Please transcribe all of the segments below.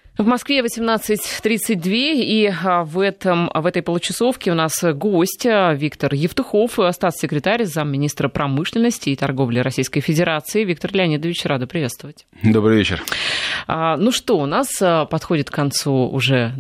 В Москве 18:32, и в этой получасовке у нас гость Виктор Евтухов, статс-секретарь, замминистра промышленности и торговли Российской Федерации. Виктор Леонидович, рада приветствовать. Добрый вечер. Ну что, у нас подходит к концу уже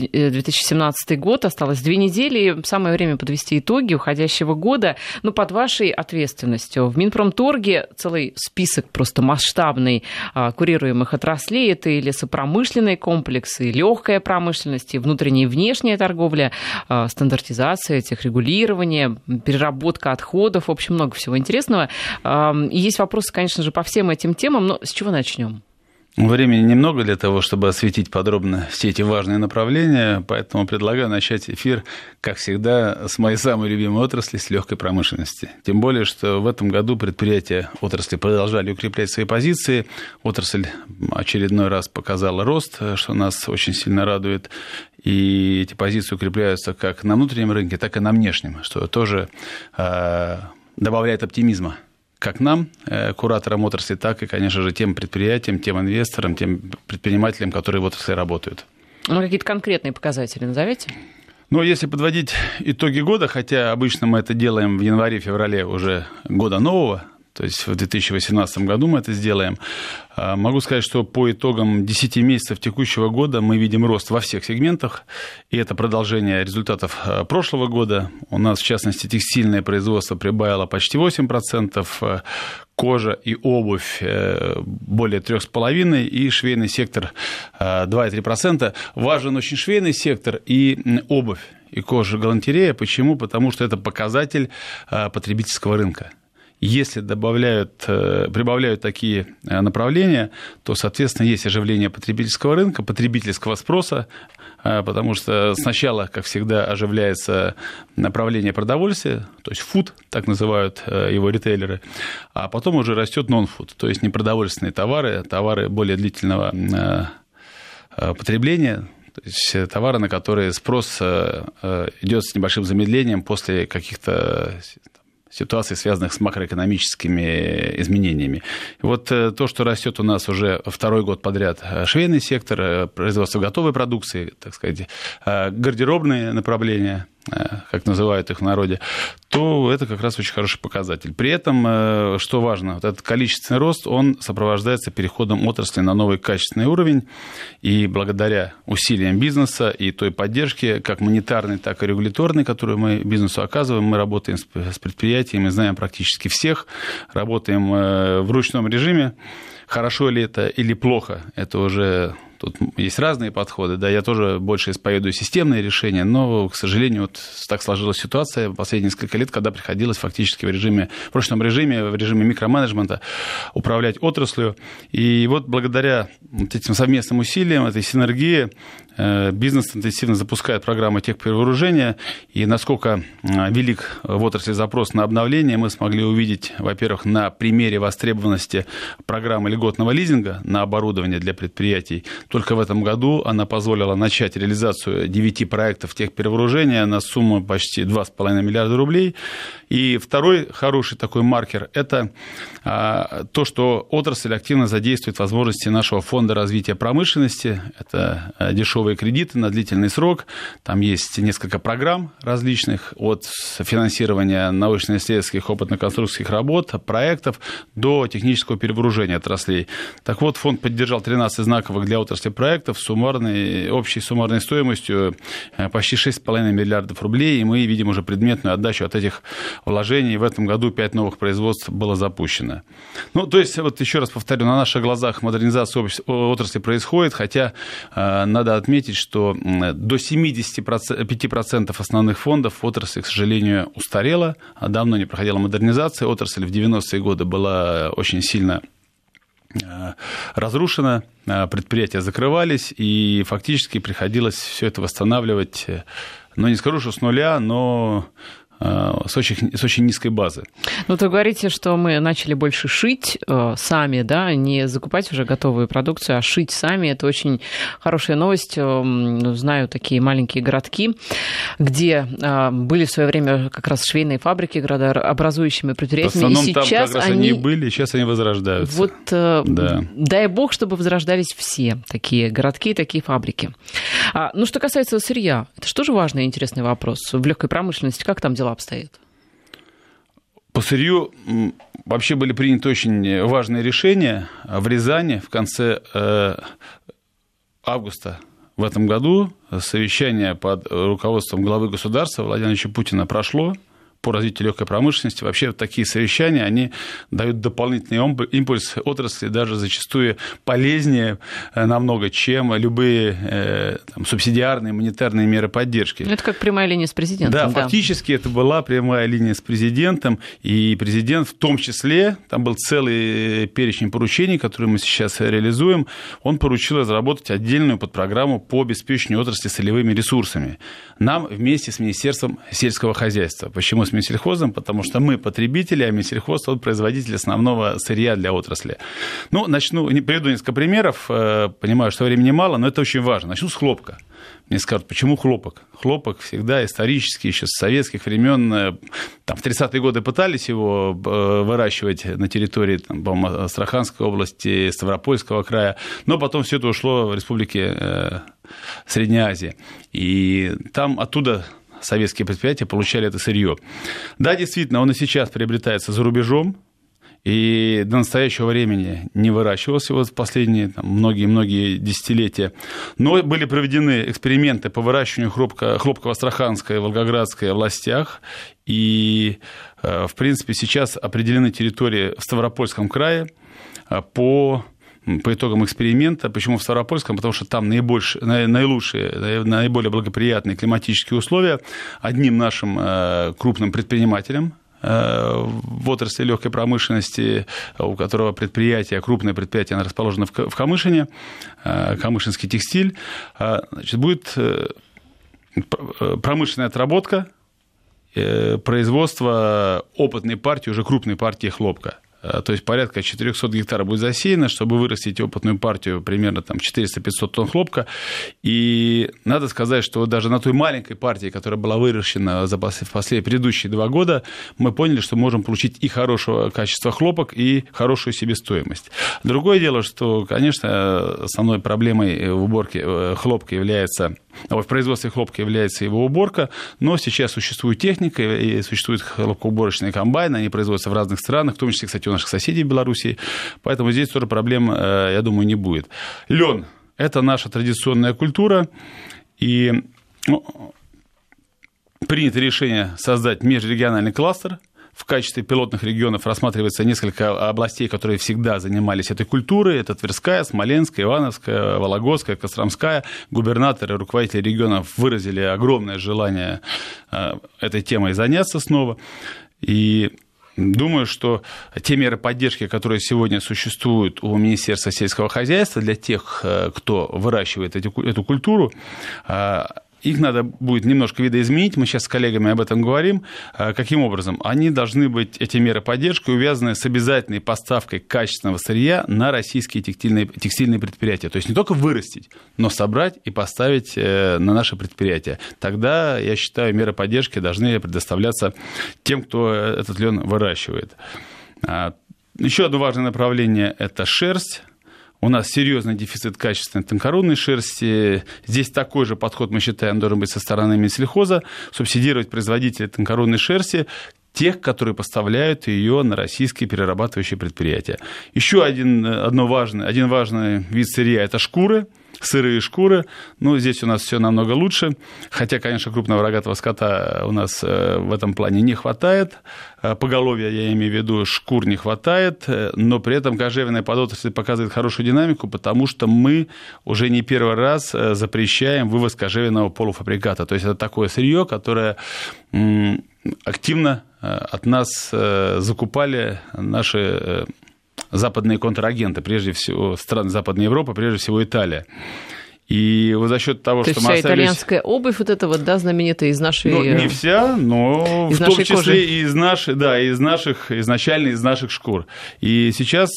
2017 год, осталось 2 недели, самое время подвести итоги уходящего года. Ну, под вашей ответственностью в Минпромторге целый список просто масштабный курируемых отраслей. Это и лесопромышленный комплекс, и легкая промышленность, и внутренняя и внешняя торговля, стандартизация, техрегулирование, переработка отходов, в общем, много всего интересного. И есть вопросы, конечно же, по всем этим темам, но с чего начнем? Времени немного для того, чтобы осветить подробно все эти важные направления, поэтому предлагаю начать эфир, как всегда, с моей самой любимой отрасли, с легкой промышленности. Тем более, что в этом году предприятия отрасли продолжали укреплять свои позиции. Отрасль очередной раз показала рост, что нас очень сильно радует. И эти позиции укрепляются как на внутреннем рынке, так и на внешнем, что тоже добавляет оптимизма. Как нам, кураторам отрасли, так и, конечно же, тем предприятиям, тем инвесторам, тем предпринимателям, которые в отрасли работают. Ну, какие-то конкретные показатели назовите? Ну, если подводить итоги года, хотя обычно мы это делаем в январе-феврале уже года нового, то есть в 2018 году мы это сделаем, могу сказать, что по итогам 10 месяцев текущего года мы видим рост во всех сегментах, и это продолжение результатов прошлого года. У нас, в частности, текстильное производство прибавило почти 8%, кожа и обувь более 3,5%, и швейный сектор 2,3%. Важен очень швейный сектор и обувь, и кожа, галантерея. Почему? Потому что это показатель потребительского рынка. Если прибавляют такие направления, то, соответственно, есть оживление потребительского рынка, потребительского спроса, потому что сначала, как всегда, оживляется направление продовольствия, то есть фуд, так называют его ритейлеры, а потом уже растет нон-фуд, то есть непродовольственные товары, товары более длительного потребления, то есть товары, на которые спрос идет с небольшим замедлением после каких-то ситуаций, связанных с макроэкономическими изменениями. И вот то, что растет у нас уже второй год подряд, швейный сектор, производство готовой продукции, так сказать, гардеробные направления, как называют их в народе, то это как раз очень хороший показатель. При этом, что важно, вот этот количественный рост, он сопровождается переходом отрасли на новый качественный уровень, и благодаря усилиям бизнеса и той поддержке, как монетарной, так и регуляторной, которую мы бизнесу оказываем, мы работаем с предприятиями, знаем практически всех, работаем в ручном режиме. Хорошо ли это или плохо, это уже... Тут есть разные подходы, да, я тоже больше исповедую системные решения, но, к сожалению, вот так сложилась ситуация в последние несколько лет, когда приходилось фактически в ручном режиме, в режиме микроменеджмента управлять отраслью. И вот благодаря вот этим совместным усилиям, этой синергии, бизнес интенсивно запускает программы техперевооружения, и насколько велик в отрасли запрос на обновление, мы смогли увидеть, во-первых, на примере востребованности программы льготного лизинга на оборудование для предприятий. Только в этом году она позволила начать реализацию 9 проектов техперевооружения на сумму почти 2,5 миллиарда рублей. И второй хороший такой маркер – это то, что отрасль активно задействует возможности нашего фонда развития промышленности. Это дешевые кредиты на длительный срок. Там есть несколько программ различных, от финансирования научно-исследовательских опытно-конструкторских работ, проектов до технического перевооружения отраслей. Так вот, фонд поддержал 13 знаковых для отрасли проектов с общей суммарной стоимостью почти 6,5 миллиардов рублей, и мы видим уже предметную отдачу от этих вложений. В этом году 5 новых производств было запущено. Ну, то есть, вот еще раз повторю, на наших глазах модернизация отрасли происходит, хотя надо отметить, что до 75% основных фондов отрасли, к сожалению, устарела, давно не проходила модернизация. Отрасль в 90-е годы была очень сильно разрушена, предприятия закрывались, и фактически приходилось все это восстанавливать, ну, не скажу, что с нуля, но с очень низкой базы. Ну, то говорите, что мы начали больше шить сами, да, не закупать уже готовую продукцию, а шить сами. Это очень хорошая новость. Знаю такие маленькие городки, где были в свое время как раз швейные фабрики, градообразующими предприятиями. В основном и сейчас там как раз они и были, сейчас они возрождаются. Вот да. Дай бог, чтобы возрождались все такие городки, такие фабрики. Ну, что касается сырья, это же тоже важный и интересный вопрос. В легкой промышленности как там дела обстоят? По сырью вообще были приняты очень важные решения. В Рязани в конце августа в этом году совещание под руководством главы государства Владимира Владимировича Путина прошло по развитию легкой промышленности. Вообще такие совещания, они дают дополнительный импульс отрасли, даже зачастую полезнее намного, чем любые субсидиарные, монетарные меры поддержки. Это как прямая линия с президентом. Да, фактически это была прямая линия с президентом, и президент в том числе, там был целый перечень поручений, которые мы сейчас реализуем, он поручил разработать отдельную подпрограмму по обеспечению отрасли солевыми ресурсами. Нам вместе с Министерством сельского хозяйства. Почему с Минсельхозом? Потому что мы потребители, а Минсельхоз – производитель основного сырья для отрасли. Ну, приведу несколько примеров. Понимаю, что времени мало, но это очень важно. Начну с хлопка. Мне скажут, почему хлопок? Хлопок всегда исторически, еще с советских времен, там, в 30-е годы пытались его выращивать на территории, там, по-моему, Астраханской области, Ставропольского края, но потом все это ушло в республики Средней Азии. И там оттуда советские предприятия получали это сырье. Да, действительно, он и сейчас приобретается за рубежом, и до настоящего времени не выращивался вот в последние многие-многие десятилетия. Но были проведены эксперименты по выращиванию хлопка в Астраханской и Волгоградской областях, и, в принципе, сейчас определены территории в Ставропольском крае по итогам эксперимента. Почему в Ставропольском? Потому что там наилучшие, наиболее благоприятные климатические условия. Одним нашим крупным предпринимателем в отрасли легкой промышленности, у которого крупное предприятие, расположено в Камышине, Камышинский текстиль, будет промышленная отработка, производство опытной партии, уже крупной партии хлопка. То есть порядка 400 гектаров будет засеяно, чтобы вырастить опытную партию примерно 400-500 тонн хлопка. И надо сказать, что даже на той маленькой партии, которая была выращена в предыдущие 2 года, мы поняли, что можем получить и хорошего качества хлопок, и хорошую себестоимость. Другое дело, что, конечно, основной проблемой в уборке хлопка является, в производстве хлопка является его уборка, но сейчас существует техника, и существуют хлопкоуборочные комбайны, они производятся в разных странах, в том числе, кстати, у наших соседей в Беларуси, поэтому здесь тоже проблем, я думаю, не будет. Лен – это наша традиционная культура, и принято решение создать межрегиональный кластер. В качестве пилотных регионов рассматривается несколько областей, которые всегда занимались этой культурой. Это Тверская, Смоленская, Ивановская, Вологодская, Костромская. Губернаторы, руководители регионов выразили огромное желание этой темой заняться снова. И думаю, что те меры поддержки, которые сегодня существуют у Министерства сельского хозяйства для тех, кто выращивает эту культуру, их надо будет немножко видоизменить. Мы сейчас с коллегами об этом говорим. Каким образом? Они должны быть, эти меры поддержки, увязаны с обязательной поставкой качественного сырья на российские текстильные предприятия. То есть не только вырастить, но собрать и поставить на наши предприятия. Тогда, я считаю, меры поддержки должны предоставляться тем, кто этот лен выращивает. Еще одно важное направление – это шерсть. У нас серьезный дефицит качественной тонкорунной шерсти. Здесь такой же подход, мы считаем, должен быть со стороны Минсельхоза. Субсидировать производителей тонкорунной шерсти, тех, которые поставляют ее на российские перерабатывающие предприятия. Еще один важный вид сырья – это шкуры. Сырые шкуры, здесь у нас все намного лучше, хотя, конечно, крупного рогатого скота у нас в этом плане не хватает, поголовья, я имею в виду, шкур не хватает, но при этом кожевенная подотрасль показывает хорошую динамику, потому что мы уже не первый раз запрещаем вывоз кожевенного полуфабриката, то есть это такое сырье, которое активно от нас закупали наши западные контрагенты, прежде всего страны Западной Европы, прежде всего Италия. И вот за счет того, что мы вся остались... итальянская обувь вот эта вот, да, знаменитая из нашей... Ну, не вся, но в том числе кожи. И из наших, изначально из наших шкур. И сейчас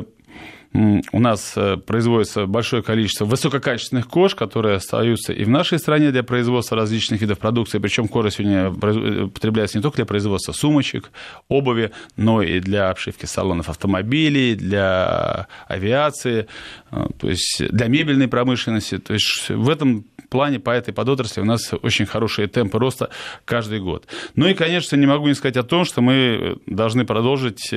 у нас производится большое количество высококачественных кож, которые остаются и в нашей стране для производства различных видов продукции. Причем кожа сегодня потребляется не только для производства сумочек, обуви, но и для обшивки салонов автомобилей, для авиации, то есть для мебельной промышленности. То есть в этом плане по этой подотрасли у нас очень хорошие темпы роста каждый год. Ну и, конечно, не могу не сказать о том, что мы должны продолжить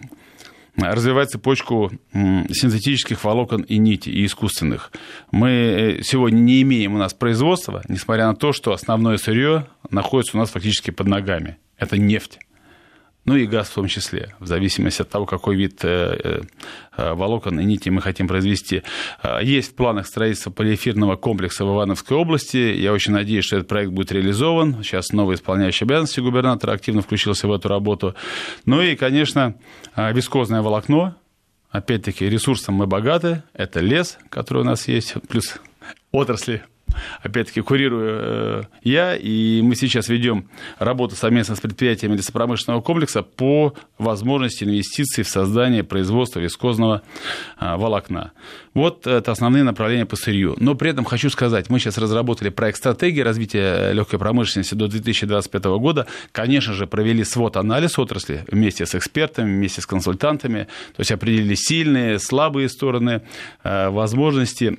развивать цепочку синтетических волокон и нитей, и искусственных. Мы сегодня не имеем у нас производства, несмотря на то, что основное сырье находится у нас фактически под ногами. Это нефть. Ну и газ в том числе, в зависимости от того, какой вид волокон и нитей мы хотим произвести. Есть в планах строительства полиэфирного комплекса в Ивановской области. Я очень надеюсь, что этот проект будет реализован. Сейчас новый исполняющий обязанности губернатора активно включился в эту работу. Ну и, конечно, вискозное волокно. Опять-таки, ресурсом мы богаты. Это лес, который у нас есть, плюс отрасли. Опять-таки, курирую я, и мы сейчас ведем работу совместно с предприятиями лесопромышленного комплекса по возможности инвестиций в создание производства вискозного волокна. Вот это основные направления по сырью. Но при этом хочу сказать, мы сейчас разработали проект стратегии развития легкой промышленности до 2025 года. Конечно же, провели свод-анализ отрасли вместе с экспертами, вместе с консультантами, то есть определили сильные, слабые стороны, возможности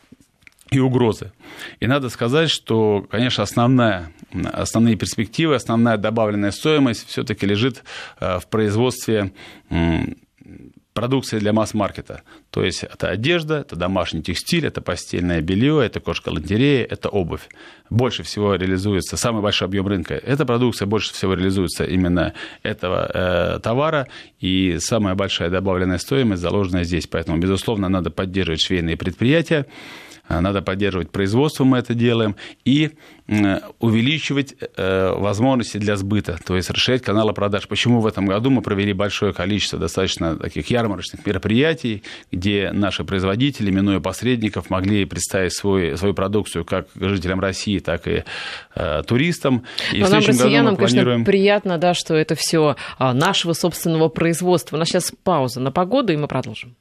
и угрозы. И надо сказать, что, конечно, основные перспективы, основная добавленная стоимость все-таки лежит в производстве продукции для масс-маркета. То есть это одежда, это домашний текстиль, это постельное белье, это кожа-галантерея, это обувь. Больше всего реализуется, самый большой объем рынка, эта продукция, больше всего реализуется именно этого товара, и самая большая добавленная стоимость заложена здесь. Поэтому, безусловно, надо поддерживать швейные предприятия, надо поддерживать производство, мы это делаем, и увеличивать возможности для сбыта, то есть расширять каналы продаж. Почему в этом году мы провели большое количество достаточно таких ярмарочных мероприятий, где наши производители, минуя посредников, могли представить свою продукцию как жителям России, так и туристам. И но нам, россиянам, конечно, приятно, да, что это все нашего собственного производства. У нас сейчас пауза на погоду, и мы продолжим.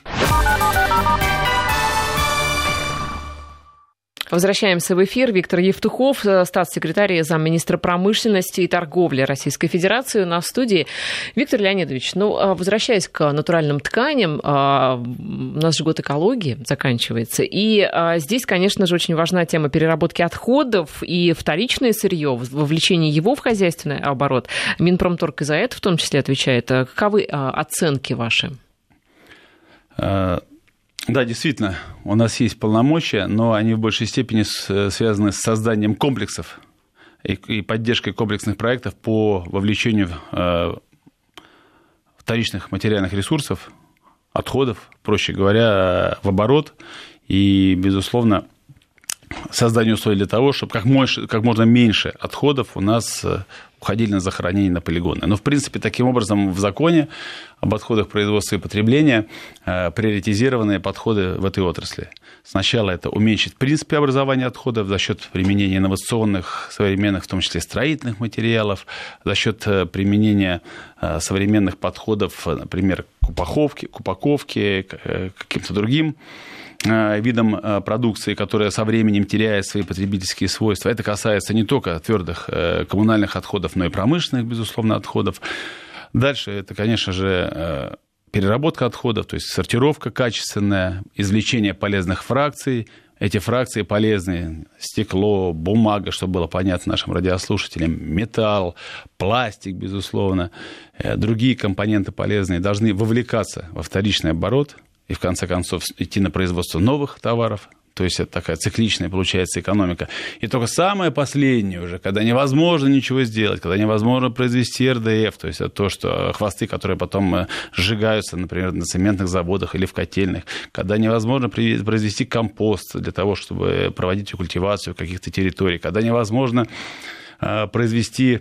Возвращаемся в эфир. Виктор Евтухов, статс-секретарь, замминистра промышленности и торговли Российской Федерации, у нас в студии. Виктор Леонидович, возвращаясь к натуральным тканям, у нас же год экологии заканчивается, и здесь, конечно же, очень важна тема переработки отходов и вторичное сырье, вовлечение его в хозяйственный оборот. Минпромторг и за это в том числе отвечает. Каковы оценки ваши? Да, действительно, у нас есть полномочия, но они в большей степени связаны с созданием комплексов и поддержкой комплексных проектов по вовлечению вторичных материальных ресурсов, отходов, проще говоря, в оборот. И, безусловно, создание условий для того, чтобы как можно меньше отходов у нас уходили на захоронение на полигоны. Но, в принципе, таким образом в законе об отходах производства и потребления приоритизированные подходы в этой отрасли. Сначала это уменьшить в принципе образование отходов за счет применения инновационных, современных, в том числе строительных материалов, за счет применения современных подходов, например, к упаковке, каким-то другим видом продукции, которая со временем теряет свои потребительские свойства. Это касается не только твердых коммунальных отходов, но и промышленных, безусловно, отходов. Дальше это, конечно же, переработка отходов, то есть сортировка качественная, извлечение полезных фракций. Эти фракции полезны: стекло, бумага, чтобы было понятно нашим радиослушателям, металл, пластик, безусловно, другие компоненты полезные должны вовлекаться во вторичный оборот и, в конце концов, идти на производство новых товаров. То есть это такая цикличная, получается, экономика. И только самое последнее уже, когда невозможно ничего сделать, когда невозможно произвести РДФ, то есть это то, что хвосты, которые потом сжигаются, например, на цементных заводах или в котельных, когда невозможно произвести компост для того, чтобы проводить культивацию каких-то территорий, когда невозможно провести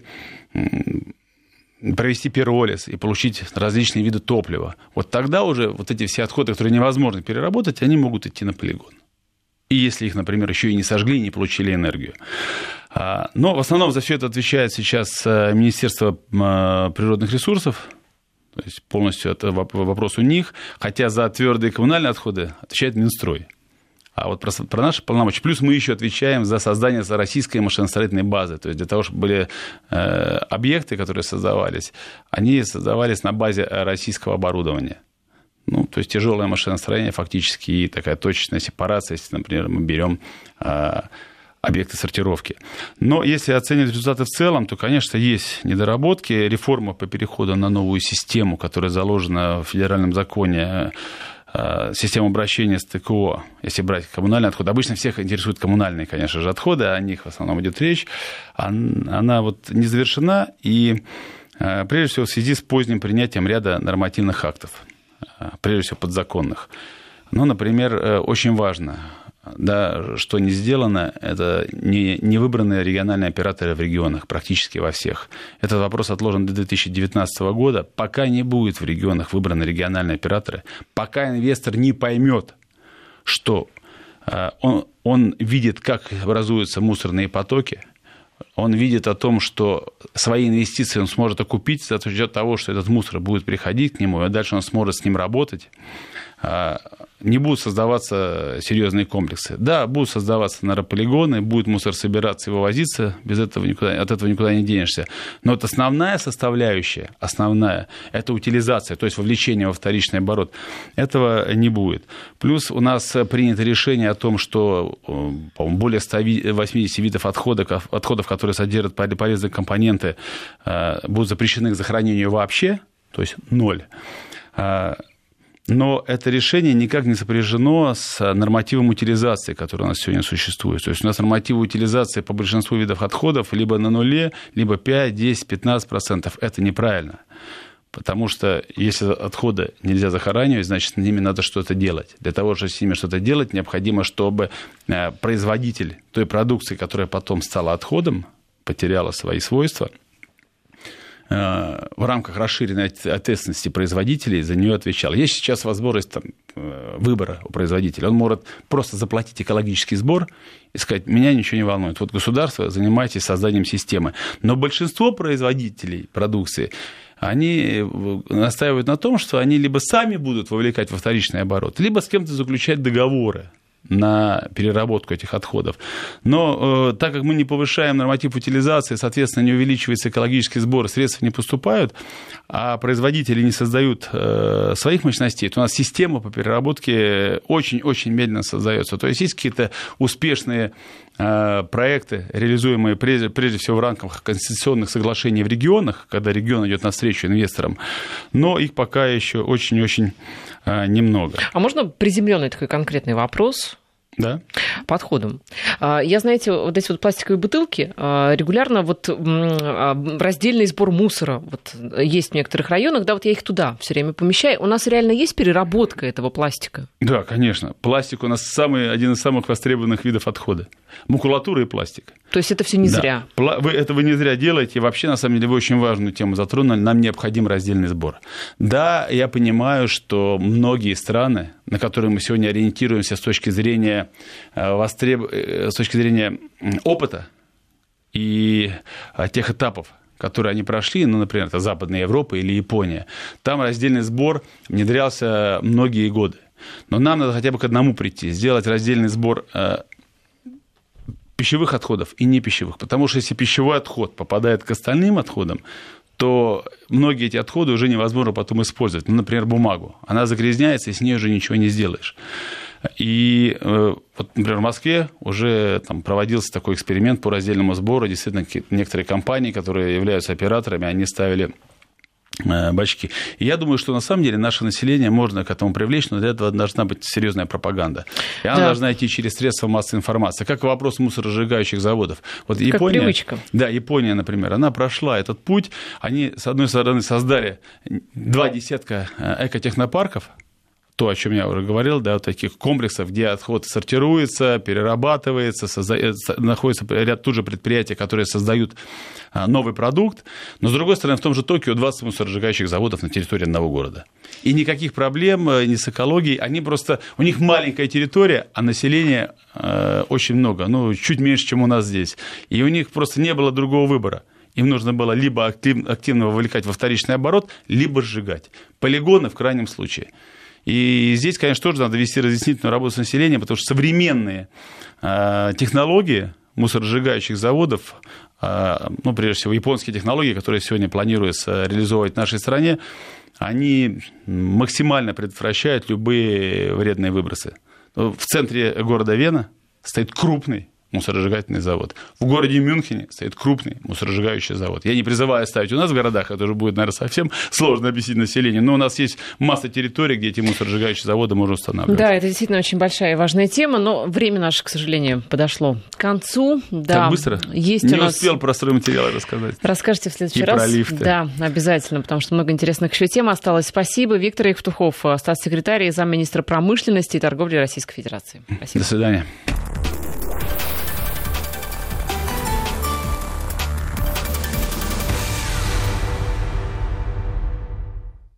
пиролиз и получить различные виды топлива. Вот тогда уже вот эти все отходы, которые невозможно переработать, они могут идти на полигон. И если их, например, еще и не сожгли, не получили энергию. Но в основном за все это отвечает сейчас Министерство природных ресурсов, то есть полностью это вопрос у них, хотя за твердые коммунальные отходы отвечает Минстрой. А вот про наши полномочия. Плюс мы еще отвечаем за создание российской машиностроительной базы. То есть для того, чтобы были объекты, которые создавались, они создавались на базе российского оборудования. Ну, то есть тяжелое машиностроение фактически и такая точечная сепарация, если, например, мы берем объекты сортировки. Но если оценивать результаты в целом, то, конечно, есть недоработки. Реформа по переходу на новую систему, которая заложена в федеральном законе, систему обращения с ТКО, если брать коммунальные отходы. Обычно всех интересуют коммунальные, конечно же, отходы, о них в основном идет речь. Она вот не завершена, и прежде всего в связи с поздним принятием ряда нормативных актов, прежде всего подзаконных. Ну, например, очень важно, да, что не сделано, это не выбранные региональные операторы в регионах, практически во всех. Этот вопрос отложен до 2019 года. Пока не будет в регионах выбраны региональные операторы, пока инвестор не поймет, что он видит, как образуются мусорные потоки, он видит о том, что свои инвестиции он сможет окупить за счет того, что этот мусор будет приходить к нему, и дальше он сможет с ним работать, не будут создаваться серьезные комплексы. Да, будут создаваться нарополигоны, будет мусор собираться и вывозиться, от этого никуда не денешься. Но вот основная составляющая, это утилизация, то есть вовлечение во вторичный оборот. Этого не будет. Плюс у нас принято решение о том, что более 180 видов отходов, которые содержат полезные компоненты, будут запрещены к захоронению вообще, то есть 0. Но это решение никак не сопряжено с нормативом утилизации, который у нас сегодня существует. То есть у нас нормативы утилизации по большинству видов отходов либо на нуле, либо 5, 10, 15%. Это неправильно. Потому что если отходы нельзя захоранивать, значит, с ними надо что-то делать. Для того, чтобы с ними что-то делать, необходимо, чтобы производитель той продукции, которая потом стала отходом, потеряла свои свойства, в рамках расширенной ответственности производителей за нее отвечал. Есть сейчас возможность выбора у производителя. Он может просто заплатить экологический сбор и сказать, меня ничего не волнует. Вот государство, занимайтесь созданием системы. Но большинство производителей продукции, они настаивают на том, что они либо сами будут вовлекать во вторичный оборот, либо с кем-то заключать договоры на переработку этих отходов. Но так как мы не повышаем норматив утилизации, соответственно, не увеличивается экологический сбор, средства не поступают, а производители не создают своих мощностей, то у нас система по переработке очень-очень медленно создается. То есть есть какие-то успешные проекты, реализуемые прежде всего в рамках конституционных соглашений в регионах, когда регион идет навстречу инвесторам, но их пока еще очень-очень немного. А можно приземленный такой конкретный вопрос? Да. Подходом. Я, знаете, вот эти вот пластиковые бутылки, регулярно вот раздельный сбор мусора вот есть в некоторых районах, да, вот я их туда все время помещаю. У нас реально есть переработка этого пластика? Да, конечно. Пластик у нас один из самых востребованных видов отхода. Макулатура и пластик. То есть это все не зря? Вы этого не зря делаете. И вообще, на самом деле, вы очень важную тему затронули. Нам необходим раздельный сбор. Да, я понимаю, что многие страны, на которые мы сегодня ориентируемся с точки зрения опыта и тех этапов, которые они прошли, ну, например, это Западная Европа или Япония, там раздельный сбор внедрялся многие годы. Но нам надо хотя бы к одному прийти, сделать раздельный сбор пищевых отходов и непищевых. Потому что если пищевой отход попадает к остальным отходам, то многие эти отходы уже невозможно потом использовать. Ну, например, бумагу. Она загрязняется, и с ней уже ничего не сделаешь. И вот, например, в Москве уже там проводился такой эксперимент по раздельному сбору. Действительно, некоторые компании, которые являются операторами, они ставили бачки. И я думаю, что на самом деле наше население можно к этому привлечь, но для этого должна быть серьезная пропаганда. И она должна идти через средства массовой информации. Как вопрос мусоросжигающих заводов. Вот как Япония, привычка. Да, Япония, например, она прошла этот путь. Они, с одной стороны, создали 2 десятка экотехнопарков, то, о чем я уже говорил, да, вот таких комплексов, где отход сортируется, перерабатывается, находится ряд тут же предприятий, которые создают новый продукт. Но, с другой стороны, в том же Токио 20 мусоросжигающих заводов на территории одного города. И никаких проблем ни с экологией. Они просто... У них маленькая территория, а населения очень много. Ну, чуть меньше, чем у нас здесь. И у них просто не было другого выбора. Им нужно было либо активно вовлекать во вторичный оборот, либо сжигать. Полигоны в крайнем случае. И здесь, конечно, тоже надо вести разъяснительную работу с населением, потому что современные технологии мусоросжигающих заводов, ну, прежде всего, японские технологии, которые сегодня планируется реализовывать в нашей стране, они максимально предотвращают любые вредные выбросы. В центре города Вена стоит крупный мусоросжигательный завод. В городе Мюнхене стоит крупный мусоросжигающий завод. Я не призываю ставить у нас в городах, это уже будет, наверное, совсем сложно объяснить населению, но у нас есть масса территорий, где эти мусоросжигающие заводы можно устанавливать. Да, это действительно очень большая и важная тема, но время наше, к сожалению, подошло к концу. Да, так быстро? Есть не у нас... успел про стройматериалы рассказать. Расскажите в следующий раз. Про лифты. Да, обязательно, потому что много интересных еще тем осталось. Спасибо. Виктор Евтухов, статс-секретарь и замминистра промышленности и торговли Российской Федерации. Спасибо. До свидания.